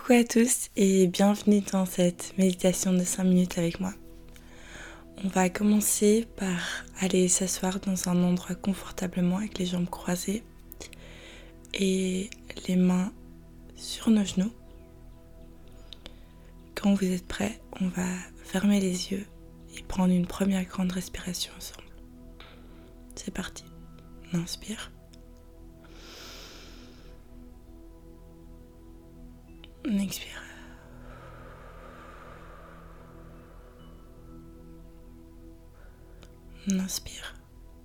Coucou à tous et bienvenue dans cette méditation de 5 minutes avec moi. On va commencer par aller s'asseoir dans un endroit confortablement avec les jambes croisées et les mains sur nos genoux. Quand vous êtes prêts, on va fermer les yeux et prendre une première grande respiration ensemble. C'est parti. On inspire. On expire. On inspire.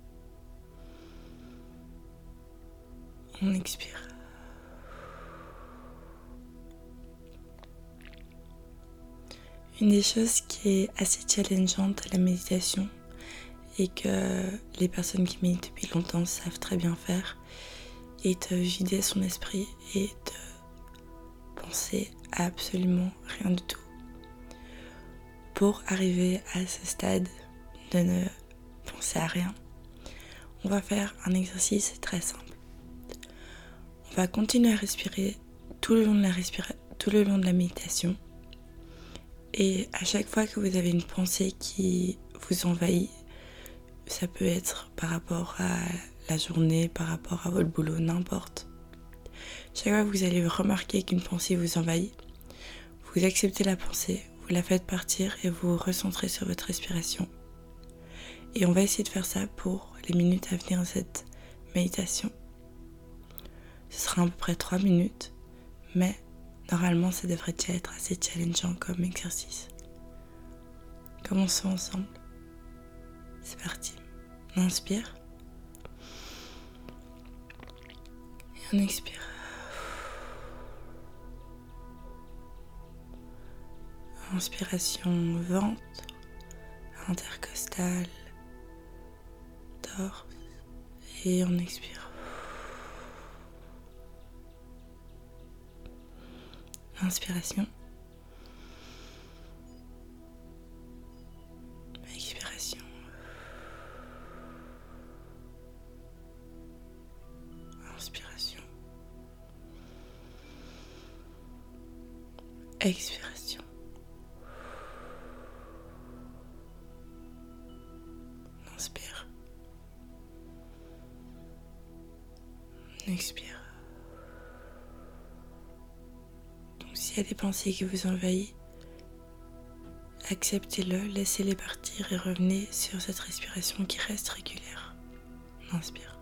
On expire. Une des choses qui est assez challengeante à la méditation et que les personnes qui méditent depuis longtemps savent très bien faire est de vider son esprit et de penser à absolument rien du tout. Pour arriver à ce stade de ne penser à rien, on va faire un exercice très simple. On va continuer à respirer tout le long de la méditation. Et à chaque fois que vous avez une pensée qui vous envahit, ça peut être par rapport à la journée, par rapport à votre boulot, n'importe. Chaque fois que vous allez remarquer qu'une pensée vous envahit, vous acceptez la pensée, vous la faites partir et vous vous recentrez sur votre respiration. Et on va essayer de faire ça pour les minutes à venir de cette méditation. Ce sera à peu près 3 minutes, mais normalement ça devrait déjà être assez challengeant comme exercice. Commençons ensemble. C'est parti. On inspire. Et on expire. Inspiration ventre, intercostale, torse. Et on expire. Inspiration. Expiration. Inspiration. Expiration. Inspire. Expire. S'il y a des pensées qui vous envahissent, acceptez-le, laissez-les partir et revenez sur cette respiration qui reste régulière. On inspire.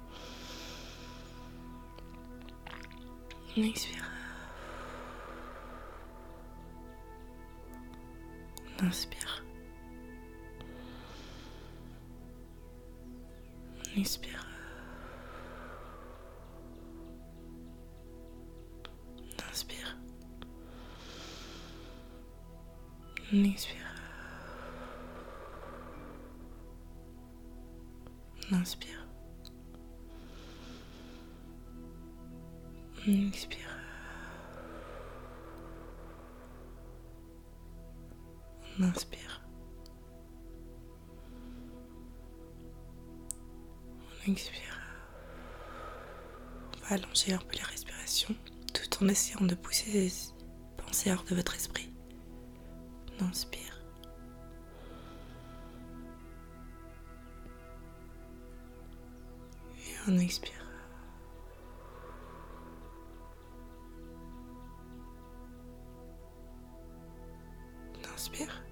On expire. On inspire. On expire. On inspire. On expire. On inspire. On expire. On inspire. On expire. On va allonger un peu la respiration tout en essayant de pousser les pensées hors de votre esprit. On inspire. Et on expire. On inspire.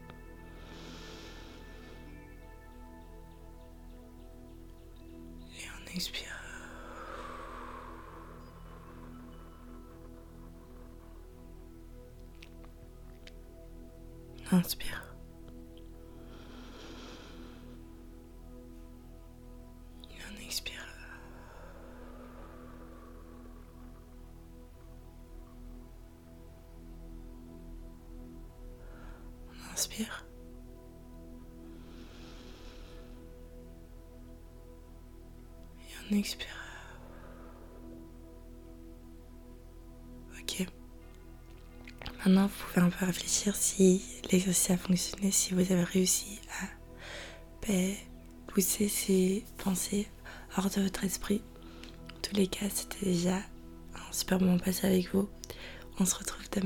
Et on expire. Inspire. Et on expire. On inspire. Et on expire. Ok. Maintenant, vous pouvez un peu réfléchir si l'exercice a fonctionné, si vous avez réussi à pousser ces pensées hors de votre esprit. En tous les cas, c'était déjà un super moment passé avec vous. On se retrouve demain.